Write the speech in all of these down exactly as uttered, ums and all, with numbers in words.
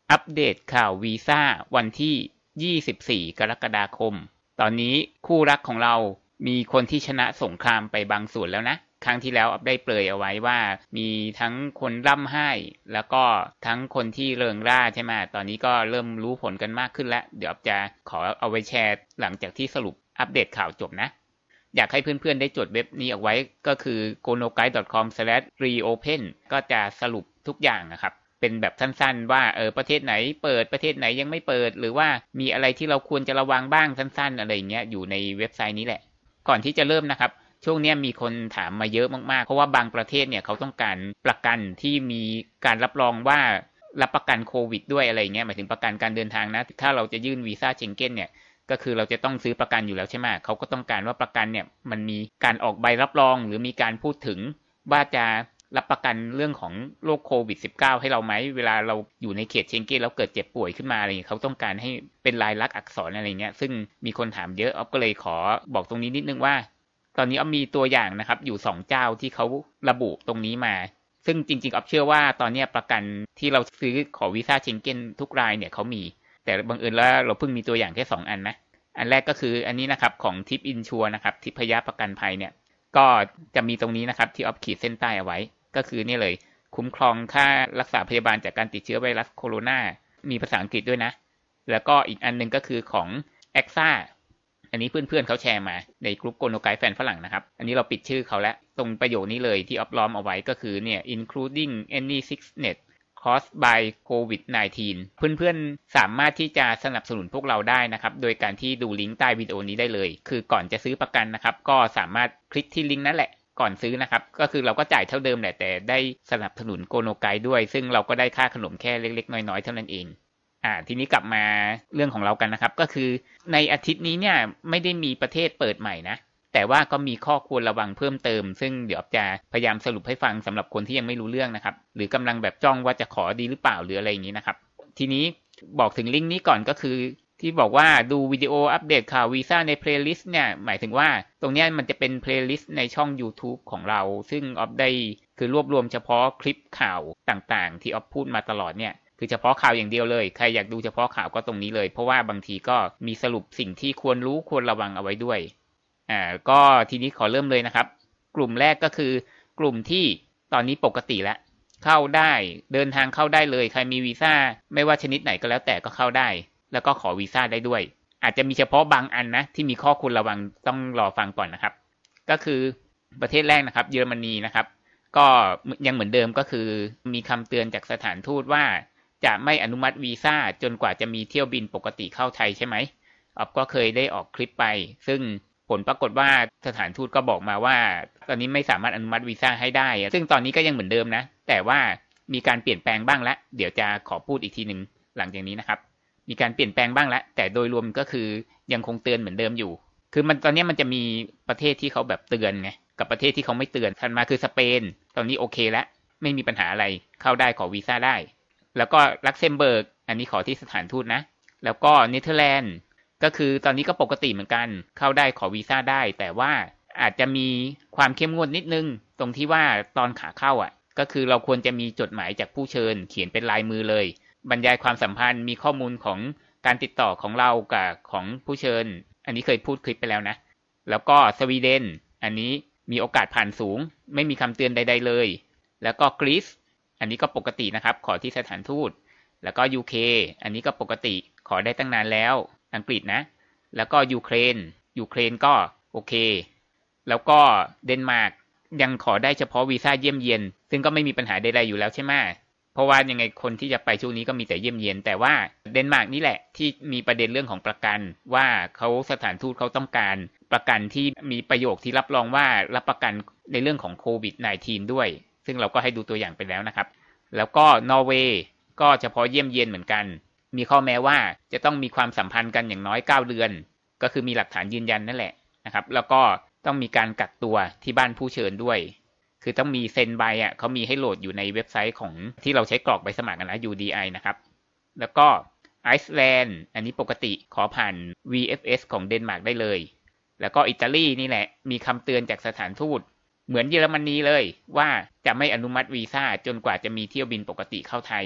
อัปเดตข่าววีซ่าวันที่ยี่สิบสี่กรกฎาคมตอนนี้คู่รักของเรามีคนที่ชนะสงครามไปบางส่วนแล้วนะครั้งที่แล้วอัปได้เปรยเอาไว้ว่ามีทั้งคนร่ำไห้แล้วก็ทั้งคนที่เริงร่าใช่ไหมตอนนี้ก็เริ่มรู้ผลกันมากขึ้นแล้วเดี๋ยวจะขอเอาไว้แชร์หลังจากที่สรุปอัปเดตข่าวจบนะอยากให้เพื่อนๆได้จดเว็บนี้เอาไว้ก็คือ โกโนไกด์ ดอท คอม สแลช รีโอเพน ก็จะสรุปทุกอย่างนะครับเป็นแบบสั้นๆว่าเออประเทศไหนเปิดประเทศไหนยังไม่เปิดหรือว่ามีอะไรที่เราควรจะระวังบ้างสั้นๆอะไรอย่างเงี้ยอยู่ในเว็บไซต์นี้แหละก่อนที่จะเริ่มนะครับช่วงนี้มีคนถามมาเยอะมากๆเพราะว่าบางประเทศเนี่ยเขาต้องการประกันที่มีการรับรองว่ารับประกันโควิดด้วยอะไรอย่างเงี้ยหมายถึงประกันการเดินทางนะถ้าเราจะยื่นวีซ่าเชงเก้นเนี่ยก็คือเราจะต้องซื้อประกันอยู่แล้วใช่ไหมเขาก็ต้องการว่าประกันเนี่ยมันมีการออกใบรับรองหรือมีการพูดถึงว่าจะรับประกันเรื่องของโรคโควิด สิบเก้า ให้เราไหมเวลาเราอยู่ในเขตเชงเก้นแล้วเกิดเจ็บป่วยขึ้นมาอะไรอย่างเงี้ยเขาต้องการให้เป็นลายลักษณ์อักษรอะไรเงี้ยซึ่งมีคนถามเยอะอ๊อฟก็เลยขอบอกตรงนี้นิดนึงว่าตอนนี้อ๊อฟมีตัวอย่างนะครับอยู่สองเจ้าที่เขาระบุตรงนี้มาซึ่งจริงๆอ๊อฟเชื่อว่าตอนนี้ประกันที่เราซื้อขอวีซ่าเชงเก้นทุกรายเนี่ยเขามีแต่บังเอิญแล้วเราเพิ่งมีตัวอย่างแค่สองอันนะอันแรกก็คืออันนี้นะครับของทิปอินชัวร์นะครับทิพยประกันภัยเนี่ยก็จะมีตรงนี้นะครับที่อ๊อฟขีดเส้นใต้เอาไว้ก็คือนี่เลยคุ้มครองค่ารักษาพยาบาลจากการติดเชื้อไวรัสโคโรนามีภาษาอังกฤษด้วยนะแล้วก็อีกอันนึงก็คือของ เอ็กซ่า อันนี้เพื่อนๆเขาแชร์มาในกลุ่มโกโนไกด์แฟนฝรั่งนะครับอันนี้เราปิดชื่อเขาแล้วตรงประโยคนี้เลยที่อ๊อฟล้อมเอาไว้ก็คือเนี่ย including any sickness caused by โควิด สิบเก้า เพื่อนๆสามารถที่จะสนับสนุนพวกเราได้นะครับโดยการที่ดูลิงก์ใต้วิดีโอนี้ได้เลยคือก่อนจะซื้อประกันนะครับก็สามารถคลิกที่ลิงก์นั้นแหละก่อนซื้อนะครับก็คือเราก็จ่ายเท่าเดิมแหละแต่ได้สนับสนุนโกโนไกด์ด้วยซึ่งเราก็ได้ค่าขนมแค่เล็กๆน้อยๆเท่านั้นเองอ่าทีนี้กลับมาเรื่องของเรากันนะครับก็คือในอาทิตย์นี้เนี่ยไม่ได้มีประเทศเปิดใหม่นะแต่ว่าก็มีข้อควรระวังเพิ่มเติมซึ่งเดี๋ยวจะพยายามสรุปให้ฟังสำหรับคนที่ยังไม่รู้เรื่องนะครับหรือกำลังแบบจ้องว่าจะขอดีหรือเปล่าหรืออะไรอย่างนี้นะครับทีนี้บอกถึงลิงก์นี้ก่อนก็คือที่บอกว่าดูวิดีโออัปเดตข่าววีซ่าในเพลย์ลิสต์เนี่ยหมายถึงว่าตรงนี้มันจะเป็นเพลย์ลิสต์ในช่อง YouTube ของเราซึ่งออฟได้คือรวบรวมเฉพาะคลิปข่าวต่างๆที่ออฟพูดมาตลอดเนี่ยคือเฉพาะข่าวอย่างเดียวเลยใครอยากดูเฉพาะข่าวก็ตรงนี้เลยเพราะว่าบางทีก็มีสรุปสิ่งที่ควรรู้ควรระวังเอาไว้ด้วยอ่าก็ทีนี้ขอเริ่มเลยนะครับกลุ่มแรกก็คือกลุ่มที่ตอนนี้ปกติแล้วเข้าได้เดินทางเข้าได้เลยใครมีวีซ่าไม่ว่าชนิดไหนก็แล้วแต่ก็เข้าได้แล้วก็ขอวีซ่าได้ด้วยอาจจะมีเฉพาะบางอันนะที่มีข้อควรระวังต้องรอฟังก่อนนะครับก็คือประเทศแรกนะครับเยอรมนีนะครับก็ยังเหมือนเดิมก็คือมีคำเตือนจากสถานทูตว่าจะไม่อนุมัติวีซ่าจนกว่าจะมีเที่ยวบินปกติเข้าไทยใช่ไหมอ๊อฟก็เคยได้ออกคลิปไปซึ่งผลปรากฏว่าสถานทูตก็บอกมาว่าตอนนี้ไม่สามารถอนุมัติวีซ่าให้ได้ซึ่งตอนนี้ก็ยังเหมือนเดิมนะแต่ว่ามีการเปลี่ยนแปลงบ้างแล้วเดี๋ยวจะขอพูดอีกทีนึงหลังจากนี้นะครับมีการเปลี่ยนแปลงบ้างแล้วแต่โดยรวมก็คือยังคงเตือนเหมือนเดิมอยู่คือมันตอนนี้มันจะมีประเทศที่เขาแบบเตือนไงกับประเทศที่เขาไม่เตือนถัดมาคือสเปนตอนนี้โอเคแล้วไม่มีปัญหาอะไรเข้าได้ขอวีซ่าได้แล้วก็ลักเซมเบิร์กอันนี้ขอที่สถานทูตนะแล้วก็เนเธอร์แลนด์ก็คือตอนนี้ก็ปกติเหมือนกันเข้าได้ขอวีซ่าได้แต่ว่าอาจจะมีความเข้มงวดนิดนึงตรงที่ว่าตอนขาเข้าอ่ะก็คือเราควรจะมีจดหมายจากผู้เชิญเขียนเป็นลายมือเลยบรรยายความสัมพันธ์มีข้อมูลของการติดต่อของเรากับของผู้เชิญอันนี้เคยพูดคลิปไปแล้วนะแล้วก็สวีเดนอันนี้มีโอกาสผ่านสูงไม่มีคำเตือนใดๆเลยแล้วก็กรีซอันนี้ก็ปกตินะครับขอที่สถานทูตแล้วก็ ยู เค อันนี้ก็ปกติขอได้ตั้งนานแล้วอังกฤษนะแล้วก็ยูเครนยูเครนก็โอเคแล้วก็เดนมาร์กยังขอได้เฉพาะวีซ่าเยี่ยมเยียนซึ่งก็ไม่มีปัญหาใดๆอยู่แล้วใช่ไหมเพราะว่ายังไงคนที่จะไปช่วงนี้ก็มีแต่เยี่ยมเยียนแต่ว่าเดนมาร์กนี่แหละที่มีประเด็นเรื่องของประกันว่าเขาสถานทูตเขาต้องการประกันที่มีประโยคที่รับรองว่ารับประกันในเรื่องของโควิด สิบเก้า ด้วยซึ่งเราก็ให้ดูตัวอย่างไปแล้วนะครับแล้วก็นอร์เวย์ก็เฉพาะเยี่ยมเยียนเหมือนกันมีข้อแม้ว่าจะต้องมีความสัมพันธ์กันอย่างน้อยเก้าเดือนก็คือมีหลักฐานยืนยันนั่นแหละนะครับแล้วก็ต้องมีการกักตัวที่บ้านผู้เชิญด้วยคือต้องมีเซ็นใบอ่ะเขามีให้โหลดอยู่ในเว็บไซต์ของที่เราใช้กรอกใบสมัครกันนะ ยู ดี ไอ นะครับแล้วก็ไอซ์แลนด์อันนี้ปกติขอผ่าน วี เอฟ เอส ของเดนมาร์กได้เลยแล้วก็อิตาลีนี่แหละมีคำเตือนจากสถานทูตเหมือนเยอรมนีเลยว่าจะไม่อนุมัติวีซ่าจนกว่าจะมีเที่ยวบินปกติเข้าไทย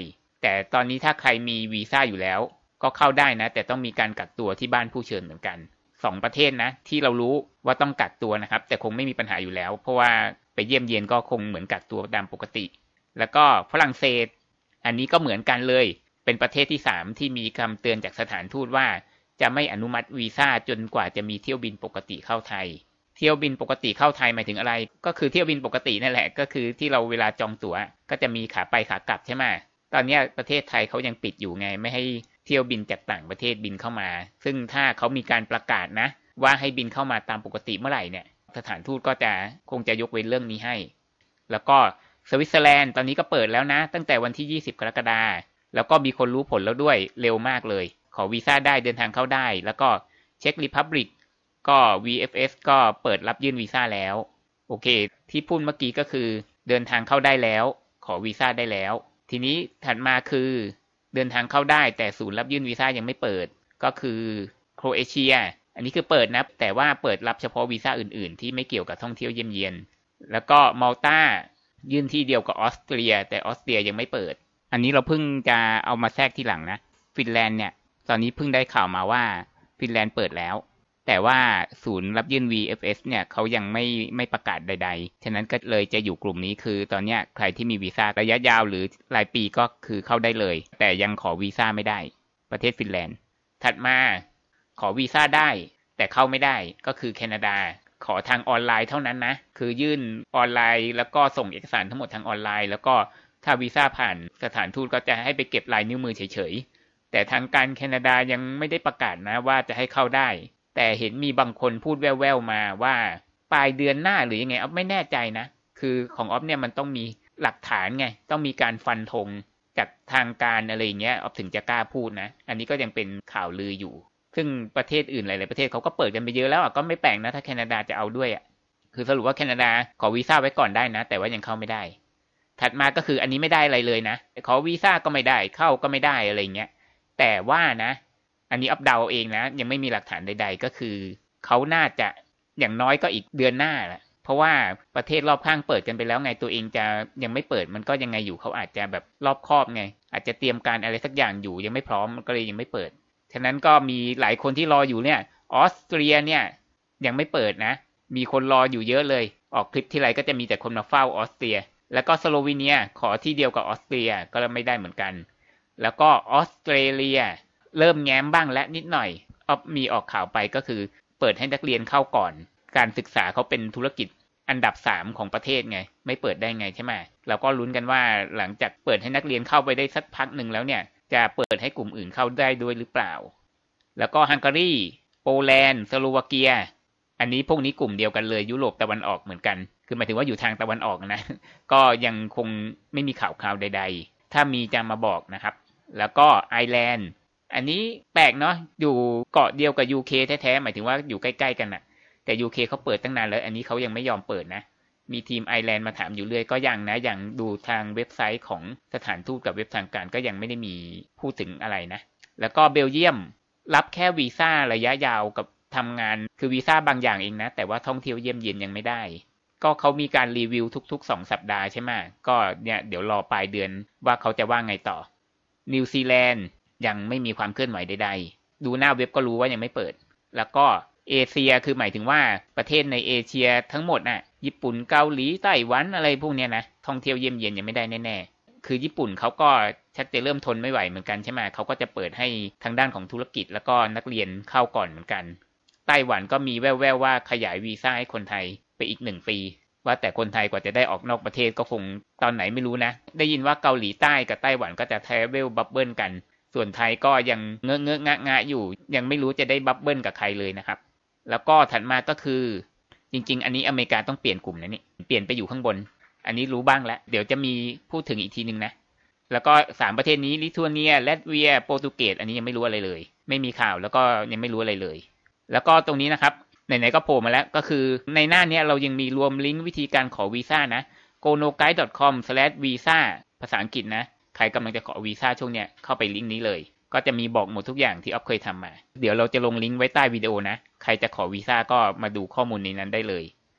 แต่ตอนนี้ถ้าใครมีวีซ่าอยู่แล้วก็เข้าได้นะแต่ต้องมีการกักตัวที่บ้านผู้เชิญเหมือนกันสองประเทศนะที่เรารู้ว่าต้องกักตัวนะครับแต่คงไม่มีปัญหาอยู่แล้วเพราะว่าไปเยี่ยมเยียนก็คงเหมือนกักตัวตามปกติแล้วก็ฝรั่งเศสอันนี้ก็เหมือนกันเลยเป็นประเทศที่สามที่มีคำเตือนจากสถานทูตว่าจะไม่อนุมัติวีซ่าจนกว่าจะมีเที่ยวบินปกติเข้าไทยเที่ยวบินปกติเข้าไทยหมายถึงอะไรก็คือเที่ยวบินปกตินั่นแหละก็คือที่เราเวลาจองตั๋วก็จะมีขาไปขากลับใช่ไหมตอนนี้ประเทศไทยเขายังปิดอยู่ไงไม่ให้เที่ยวบินจากต่างประเทศบินเข้ามาซึ่งถ้าเขามีการประกาศนะว่าให้บินเข้ามาตามปกติเมื่อไหร่เนี่ยสถานทูตก็จะคงจะยกเว้นเรื่องนี้ให้แล้วก็สวิตเซอร์แลนด์ตอนนี้ก็เปิดแล้วนะตั้งแต่วันที่ยี่สิบกรกฎาคมแล้วก็มีคนรู้ผลแล้วด้วยเร็วมากเลยขอวีซ่าได้เดินทางเข้าได้แล้วก็เช็กริพับลิกก็ วี เอฟ เอส ก็เปิดรับยื่นวีซ่าแล้วโอเคที่พูดเมื่อกี้ก็คือเดินทางเข้าได้แล้วขอวีซ่าได้แล้วทีนี้ถัดมาคือเดินทางเข้าได้แต่ศูนย์รับยื่นวีซ่ายังไม่เปิดก็คือโครเอเชียอันนี้คือเปิดนะแต่ว่าเปิดรับเฉพาะวีซ่าอื่นๆที่ไม่เกี่ยวกับท่องเที่ยวเยี่ยมเยียนแล้วก็มัลตายื่นที่เดียวกับออสเตรียแต่ออสเตรียยังไม่เปิดอันนี้เราเพิ่งจะเอามาแทรกทีหลังนะฟินแลนด์เนี่ยตอนนี้เพิ่งได้ข่าวมาว่าฟินแลนด์เปิดแล้วแต่ว่าศูนย์รับยื่น วี เอฟ เอส เนี่ยเขายังไม่ไม่ประกาศใดๆฉะนั้นก็เลยจะอยู่กลุ่มนี้คือตอนนี้ใครที่มีวีซ่าระยะยาวหรือรายปีก็คือเข้าได้เลยแต่ยังขอวีซ่าไม่ได้ประเทศฟินแลนด์ถัดมาขอวีซ่าได้แต่เข้าไม่ได้ก็คือแคนาดาขอทางออนไลน์เท่านั้นนะคือยื่นออนไลน์แล้วก็ส่งเอกสารทั้งหมดทางออนไลน์แล้วก็ถ้าวีซ่าผ่านสถานทูตก็จะให้ไปเก็บลายนิ้วมือเฉยๆแต่ทางการแคนาดายังไม่ได้ประกาศนะว่าจะให้เข้าได้แต่เห็นมีบางคนพูดแว่วๆมาว่าปลายเดือนหน้าหรือยังไงอ๊อฟไม่แน่ใจนะคือของอ๊อฟเนี่ยมันต้องมีหลักฐานไงต้องมีการฟันธงจากทางการอะไรอย่างเงี้ยอ๊อฟถึงจะกล้าพูดนะอันนี้ก็ยังเป็นข่าวลืออยู่ซึ่งประเทศอื่นหลายๆประเทศเขาก็เปิดกันไปเยอะแล้วอ่ะก็ไม่แปลกนะถ้าแคนาดาจะเอาด้วยอ่ะคือสรุปว่าแคนาดาขอวีซ่าไว้ก่อนได้นะแต่ว่ายังเข้าไม่ได้ถัดมาก็คืออันนี้ไม่ได้อะไรเลยนะขอวีซ่าก็ไม่ได้เข้าก็ไม่ได้อะไรเงี้ยแต่ว่านะอันนี้อัปเดาเองนะยังไม่มีหลักฐานใดๆก็คือเขาน่าจะอย่างน้อยก็อีกเดือนหน้าแหละเพราะว่าประเทศรอบข้างเปิดกันไปแล้วไงตัวเองจะยังไม่เปิดมันก็ยังไงอยู่เขาอาจจะแบบรอบคอบไงอาจจะเตรียมการอะไรสักอย่างอยู่ยังไม่พร้อมก็เลยยังไม่เปิดฉะนั้นก็มีหลายคนที่รออยู่เนี่ยออสเตรียเนี่ยยังไม่เปิดนะมีคนรออยู่เยอะเลยออกคลิปที่ไรก็จะมีแต่คนมาเฝ้าออสเตรียแล้วก็สโลวีเนียขอที่เดียวกับออสเตรียก็ไม่ได้เหมือนกันแล้วก็ออสเตรเลียเริ่มแง้มบ้างและนิดหน่อยมีออกข่าวไปก็คือเปิดให้นักเรียนเข้าก่อนการศึกษาเขาเป็นธุรกิจอันดับสามของประเทศไงไม่เปิดได้ไงใช่ไหมเราก็ลุ้นกันว่าหลังจากเปิดให้นักเรียนเข้าไปได้สักพักหนึ่งแล้วเนี่ยจะเปิดให้กลุ่มอื่นเข้าได้ด้วยหรือเปล่าแล้วก็ฮังการีโปแลนด์สโลวาเกียอันนี้พวกนี้กลุ่มเดียวกันเลยยุโรปตะวันออกเหมือนกันคือหมายถึงว่าอยู่ทางตะวันออกนะก็ยังคงไม่มีข่าวคราวใดๆถ้ามีจะมาบอกนะครับแล้วก็ไอร์แลนด์อันนี้แปลกเนาะอยู่เกาะเดียวกับ ยู เค แท้ๆหมายถึงว่าอยู่ใกล้ๆกันน่ะแต่ ยู เค เขาเปิดตั้งนานแล้วอันนี้เขายังไม่ยอมเปิดนะมีทีมไอร์แลนด์มาถามอยู่เรื่อยก็ยังนะอย่างดูทางเว็บไซต์ของสถานทูตกับเว็บทางการก็ยังไม่ได้มีพูดถึงอะไรนะแล้วก็เบลเยียมรับแค่วีซ่าระยะยาวกับทำงานคือวีซ่าบางอย่างเองนะแต่ว่าท่องเที่ยวเยี่ยมเยียนยังไม่ได้ก็เขามีการรีวิวทุกๆสองสัปดาห์ใช่ไหมก็เนี่ยเดี๋ยวรอปลายเดือนว่าเขาจะว่าไงต่อนิวซีแลนด์ยังไม่มีความเคลื่อนไหวใดๆดูหน้าเว็บก็รู้ว่ายังไม่เปิดแล้วก็เอเชียคือหมายถึงว่าประเทศในเอเชียทั้งหมดน่ะญี่ปุ่นเกาหลีไต้หวันอะไรพวกเนี้ยนะท่องเที่ยวเยี่ยมเยียนยังไม่ได้แน่ๆคือญี่ปุ่นเขาก็ชักจะเริ่มทนไม่ไหวเหมือนกันใช่ไหมเขาก็จะเปิดให้ทางด้านของธุรกิจแล้วก็นักเรียนเข้าก่อนเหมือนกันไต้หวันก็มีแว่วๆว่าขยายวีซ่าให้คนไทยไปอีกหนึ่งปีว่าแต่คนไทยกว่าจะได้ออกนอกประเทศก็คงตอนไหนไม่รู้นะได้ยินว่าเกาหลีใต้กับไต้หวันก็จะ travel bubble กันส่วนไทยก็ยังเงอะเงอะงะงะอยู่ยังไม่รู้จะได้บับเบิ้ลกับใครเลยนะครับแล้วก็ถัดมาก็คือจริงๆอันนี้อเมริกาต้องเปลี่ยนกลุ่มนะนี่เปลี่ยนไปอยู่ข้างบนอันนี้รู้บ้างแล้วเดี๋ยวจะมีพูดถึงอีกทีนึงนะแล้วก็สามประเทศนี้ลิทัวเนียลัตเวียโปรตุเกสอันนี้ยังไม่รู้อะไรเลยไม่มีข่าวแล้วก็ยังไม่รู้อะไรเลยแล้วก็ตรงนี้นะครับไหนๆก็โผล่มาแล้วก็คือในหน้านี้เรายังมีรวมลิงก์วิธีการขอวีซ่านะ โกโนไกด์ ดอท คอม สแลช วีซ่า ภาษาอังกฤษนะใครกำลังจะขอวีซ่าช่วงเนี้ยเข้าไปลิงก์นี้เลยก็จะมีบอกหมดทุกอย่างที่อ๊อฟเคยทำมาเดี๋ยวเราจะลงลิงก์ไว้ใต้วิดีโอนะใครจะขอวีซ่าก็มาดูข้อมูลในนั้นได้เลย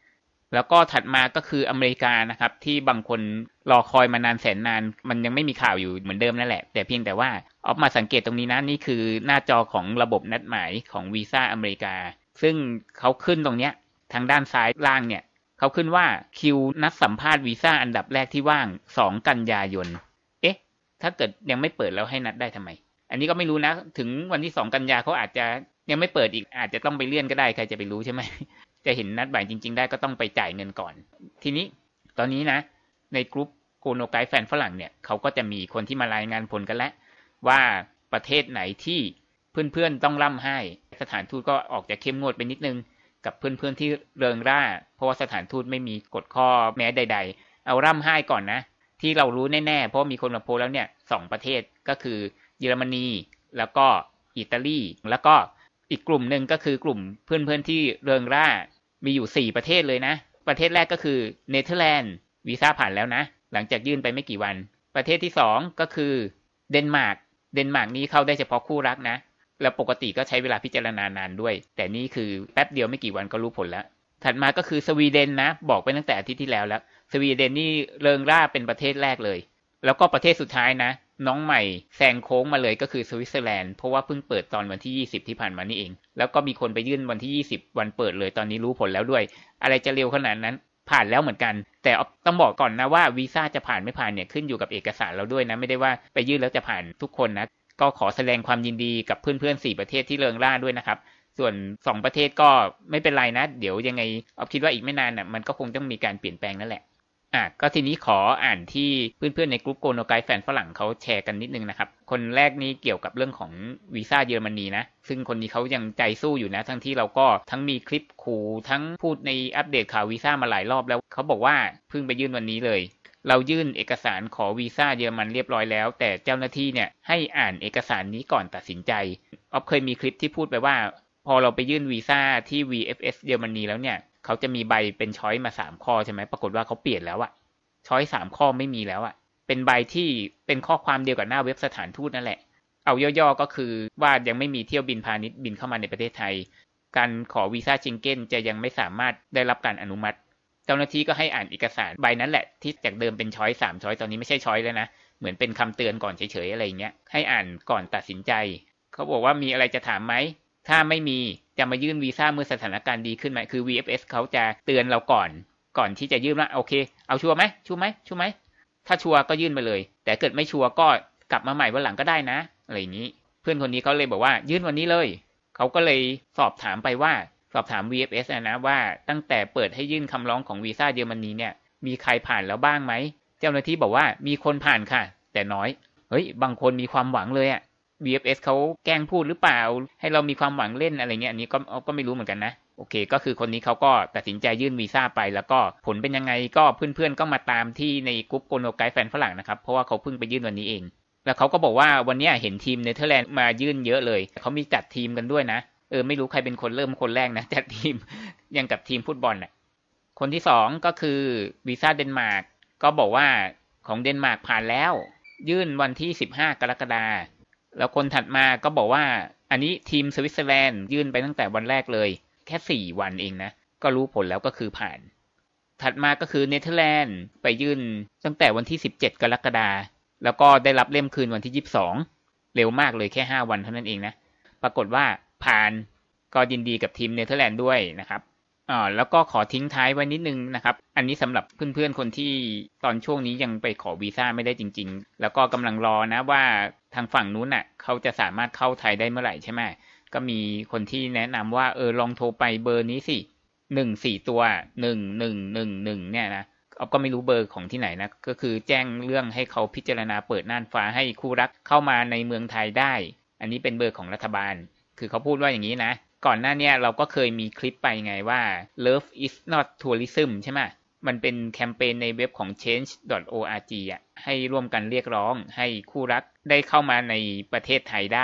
แล้วก็ถัดมาก็คืออเมริกานะครับที่บางคนรอคอยมานานแสนนานมันยังไม่มีข่าวอยู่เหมือนเดิมนั่นแหละแต่เพียงแต่ว่าออฟมาสังเกตตรงนี้นะนี่คือหน้าจอของระบบนัดหมายของวีซ่าอเมริกาซึ่งเขาขึ้นตรงเนี้ยทางด้านซ้ายล่างเนี่ยเขาขึ้นว่าคิวนัดสัมภาษณ์วีซ่าอันดับแรกที่ว่างสองกันยายนเอ๊ะถ้าเกิดยังไม่เปิดแล้วให้นัดได้ทำไมอันนี้ก็ไม่รู้นะถึงวันที่สองกันยาเขาอาจจะยังไม่เปิดอีกอาจจะต้องไปเลื่อนก็ได้ใครจะไปรู้ใช่ไหมจะเห็นนัดบ่ายจริงๆได้ก็ต้องไปจ่ายเงินก่อนทีนี้ตอนนี้นะในกลุ่มโกโนไกด์แฟนฝรั่งเนี่ยเขาก็จะมีคนที่มารายงานผลกันแล้วว่าประเทศไหนที่เพื่อนๆต้องร่ำไห้สถานทูตก็ออกจะเข้มงวดไปนิดนึงกับเพื่อนๆที่เริงร่าเพราะว่าสถานทูตไม่มีกฎข้อแม้ใดๆเอาร่ำไห้ก่อนนะที่เรารู้แน่ๆเพราะมีคนมาโพสแล้วเนี่ยสองประเทศก็คือเยอรมนีแล้วก็อิตาลีแล้วก็อีกกลุ่มหนึ่งก็คือกลุ่มเพื่อนๆที่เริงร่ามีอยู่สี่ประเทศเลยนะประเทศแรกก็คือเนเธอร์แลนด์วีซ่าผ่านแล้วนะหลังจากยื่นไปไม่กี่วันประเทศที่สองก็คือเดนมาร์กเดนมาร์กนี้เข้าได้เฉพาะคู่รักนะแล้วปกติก็ใช้เวลาพิจารณานานด้วยแต่นี่คือแป๊บเดียวไม่กี่วันก็รู้ผลแล้วถัดมาก็คือสวีเดนนะบอกไปตั้งแต่อาทิตย์ที่แล้วแล้วสวีเดนนี่เริงร่าเป็นประเทศแรกเลยแล้วก็ประเทศสุดท้ายนะน้องใหม่แซงโค้งมาเลยก็คือสวิตเซอร์แลนด์เพราะว่าเพิ่งเปิดตอนวันที่ยี่สิบที่ผ่านมานี่เองแล้วก็มีคนไปยื่นวันที่ยี่สิบวันเปิดเลยตอนนี้รู้ผลแล้วด้วยอะไรจะเร็วขนาดนั้นผ่านแล้วเหมือนกันแต่ต้องบอกก่อนนะว่าวีซ่าจะผ่านไม่ผ่านเนี่ยขึ้นอยู่กับเอกสารเราด้วยนะไม่ได้ว่าไปยื่นแล้วจะผ่านทุกคนนะก็ขอแสดงความยินดีกับเพื่อนๆสี่ประเทศที่เริงร่าด้วยนะครับส่วนสองประเทศก็ไม่เป็นไรนะเดี๋ยวยังไงเอาคิดว่าอีกไม่นานน่ะมันก็คงต้องมีการเปลี่ยนแปลงนั่นแหละอ่ะก็ทีนี้ขออ่านที่เพื่อนๆในกลุ่มโกโนไกด์แฟนฝรั่งเขาแชร์กันนิดนึงนะครับคนแรกนี้เกี่ยวกับเรื่องของวีซ่าเยอรมนีนะซึ่งคนนี้เขายังใจสู้อยู่นะทั้งที่เราก็ทั้งมีคลิปขู่ทั้งพูดในอัปเดตข่าววีซ่ามาหลายรอบแล้วเขาบอกว่าเพิ่งไปยื่นวันนี้เลยเรายื่นเอกสารขอวีซ่าเยอรมันเรียบร้อยแล้วแต่เจ้าหน้าที่เนี่ยให้อ่านเอกสารนี้ก่อนตัดสินใจอ๊อฟเคยมีคลิปที่พูดไปว่าพอเราไปยื่นวีซ่าที่ วี เอฟ เอส เยอรมนีแล้วเนี่ยเขาจะมีใบเป็นช้อยมาสามข้อใช่ไหมปรากฏว่าเขาเปลี่ยนแล้วอะช้อยสามข้อไม่มีแล้วอะเป็นใบที่เป็นข้อความเดียวกับหน้าเว็บสถานทูตนั่นแหละเอาย่อๆก็คือว่ายังไม่มีเที่ยวบินพาณิชย์บินเข้ามาในประเทศไทยการขอวีซ่าเชงเก้นจะยังไม่สามารถได้รับการอนุมัติเจ้าหน้าที่ก็ให้อ่านเอกสารใบนั้นแหละที่จากเดิมเป็นช้อยสามช้อยตอนนี้ไม่ใช่ช้อยแล้วนะเหมือนเป็นคำเตือนก่อนเฉยๆอะไรเงี้ยให้อ่านก่อนตัดสินใจเขาบอกว่ามีอะไรจะถามไหมถ้าไม่มีจะมายื่นวีซ่าเมื่อสถานการณ์ดีขึ้นไหมคือ วี เอฟ เอส เขาจะเตือนเราก่อนก่อนที่จะยื่นว่าโอเคเอาชัวร์ไหมชัวร์ไหมชัวร์ไหมถ้าชัวร์ก็ยื่นไปเลยแต่เกิดไม่ชัวร์ก็กลับมาใหม่วันหลังก็ได้นะอะไรอย่างนี้เพื่อนคนนี้เขาเลยบอกว่ายื่นวันนี้เลยเขาก็เลยสอบถามไปว่าสอบถาม วี เอฟ เอส นะนะว่าตั้งแต่เปิดให้ยื่นคำร้องของวีซ่าเยอรมนีเนี่ยมีใครผ่านแล้วบ้างไหมเจ้าหน้าที่บอกว่ามีคนผ่านค่ะแต่น้อยเฮ้ยบางคนมีความหวังเลยอะ วี เอฟ เอส เขาแกล้งพูดหรือเปล่าให้เรามีความหวังเล่นอะไรเงี้ยอันนี้ก็ก็ไม่รู้เหมือนกันนะโอเคก็คือคนนี้เขาก็ตัดสินใจยื่นวีซ่าไปแล้วก็ผลเป็นยังไงก็เพื่อนๆก็มาตามที่ในกลุ่มโกโนไกด์แฟนฝรั่งนะครับเพราะว่าเขาเพิ่งไปยื่นวันนี้เองแล้วเขาก็บอกว่าวันนี้เห็นทีมเนเธอร์แลนด์มายื่นเยอะเลยเขามีจัดทีมกันด้วยนะเออไม่รู้ใครเป็นคนเริ่มคนแรกนะจัดทีมยังกับทีมฟุตบอลน่ะคนที่สองก็คือวีซ่าเดนมาร์กก็บอกว่าของเดนมาร์กผ่านแล้วยื่นวันที่สิบห้ากรกฎาคมแล้วคนถัดมาก็บอกว่าอันนี้ทีมสวิตเซอร์แลนด์ยื่นไปตั้งแต่วันแรกเลยแค่สี่วันเองนะก็รู้ผลแล้วก็คือผ่านถัดมาก็คือเนเธอร์แลนด์ไปยื่นตั้งแต่วันที่สิบเจ็ดกรกฎาคมแล้วก็ได้รับเล่มคืนวันที่ยี่สิบสองเร็วมากเลยแค่ห้าวันเท่านั้นเองนะปรากฏว่าผ่านก็ยินดีกับทีมเนเธอร์แลนด์ด้วยนะครับอ่าแล้วก็ขอทิ้งท้ายไว้นิดนึงนะครับอันนี้สำหรับเพื่อนๆคนที่ตอนช่วงนี้ยังไปขอวีซ่าไม่ได้จริงๆแล้วก็กำลังรอนะว่าทางฝั่งนู้นน่ะเขาจะสามารถเข้าไทยได้เมื่อไหร่ใช่ไหมก็มีคนที่แนะนำว่าเออลองโทรไปเบอร์นี้สิหนึ่งสี่ตัวหนึ่งหนึ่งหนึ่งหนึ่งเนี่ยนะเอาก็ไม่รู้เบอร์ของที่ไหนนะก็คือแจ้งเรื่องให้เขาพิจารณาเปิดน่านฟ้าให้คู่รักเข้ามาในเมืองไทยได้อันนี้เป็นเบอร์ของรัฐบาลคือเขาพูดว่าอย่างนี้นะก่อนหน้านี้เราก็เคยมีคลิปไปไงว่า Love is not tourism ใช่ไหมมันเป็นแคมเปญในเว็บของ change ดอท โอ อาร์ จี อ่ะให้ร่วมกันเรียกร้องให้คู่รักได้เข้ามาในประเทศไทยได้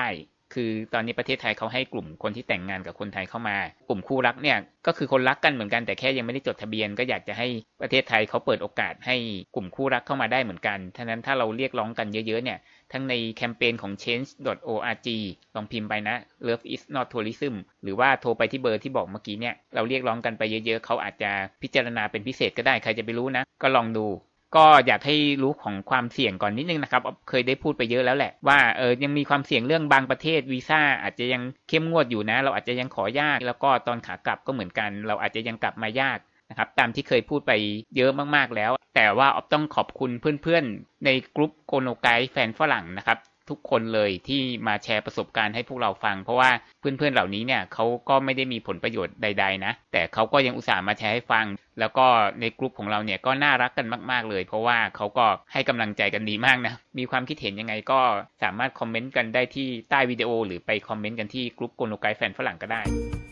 คือตอนนี้ประเทศไทยเขาให้กลุ่มคนที่แต่งงานกับคนไทยเข้ามากลุ่มคู่รักเนี่ยก็คือคนรักกันเหมือนกันแต่แค่ยังไม่ได้จดทะเบียนก็อยากจะให้ประเทศไทยเขาเปิดโอกาสให้กลุ่มคู่รักเข้ามาได้เหมือนกันฉะนั้นถ้าเราเรียกร้องกันเยอะๆเนี่ยทั้งในแคมเปญของ เชนจ์ ดอท โอ อาร์ จี ลองพิมพ์ไปนะ Love is not tourism หรือว่าโทรไปที่เบอร์ที่บอกเมื่อกี้เนี่ยเราเรียกร้องกันไปเยอะๆเขาอาจจะพิจารณาเป็นพิเศษก็ได้ใครจะไปรู้นะก็ลองดูก็อยากให้รู้ของความเสี่ยงก่อนนิดนึงนะครับเคยได้พูดไปเยอะแล้วแหละว่าเออยังมีความเสี่ยงเรื่องบางประเทศวีซ่าอาจจะยังเข้มงวดอยู่นะเราอาจจะยังขอยากแล้วก็ตอนขากลับก็เหมือนกันเราอาจจะยังกลับมายากนะครับตามที่เคยพูดไปเยอะมากๆแล้วแต่ว่าอ๊อฟต้องขอบคุณเพื่อนๆในกลุ่มโกโนไกด์แฟนฝรั่งนะครับทุกคนเลยที่มาแชร์ประสบการณ์ให้พวกเราฟังเพราะว่าเพื่อนๆเหล่านี้เนี่ยเขาก็ไม่ได้มีผลประโยชน์ใดๆนะแต่เขาก็ยังอุตส่าห์มาแชร์ให้ฟังแล้วก็ในกลุ่มของเราเนี่ยก็น่ารักกันมากๆเลยเพราะว่าเขาก็ให้กำลังใจกันดีมากนะมีความคิดเห็นยังไงก็สามารถคอมเมนต์กันได้ที่ใต้วิดีโอหรือไปคอมเมนต์กันที่กลุ่มโกโนไกด์แฟนฝรั่งก็ได้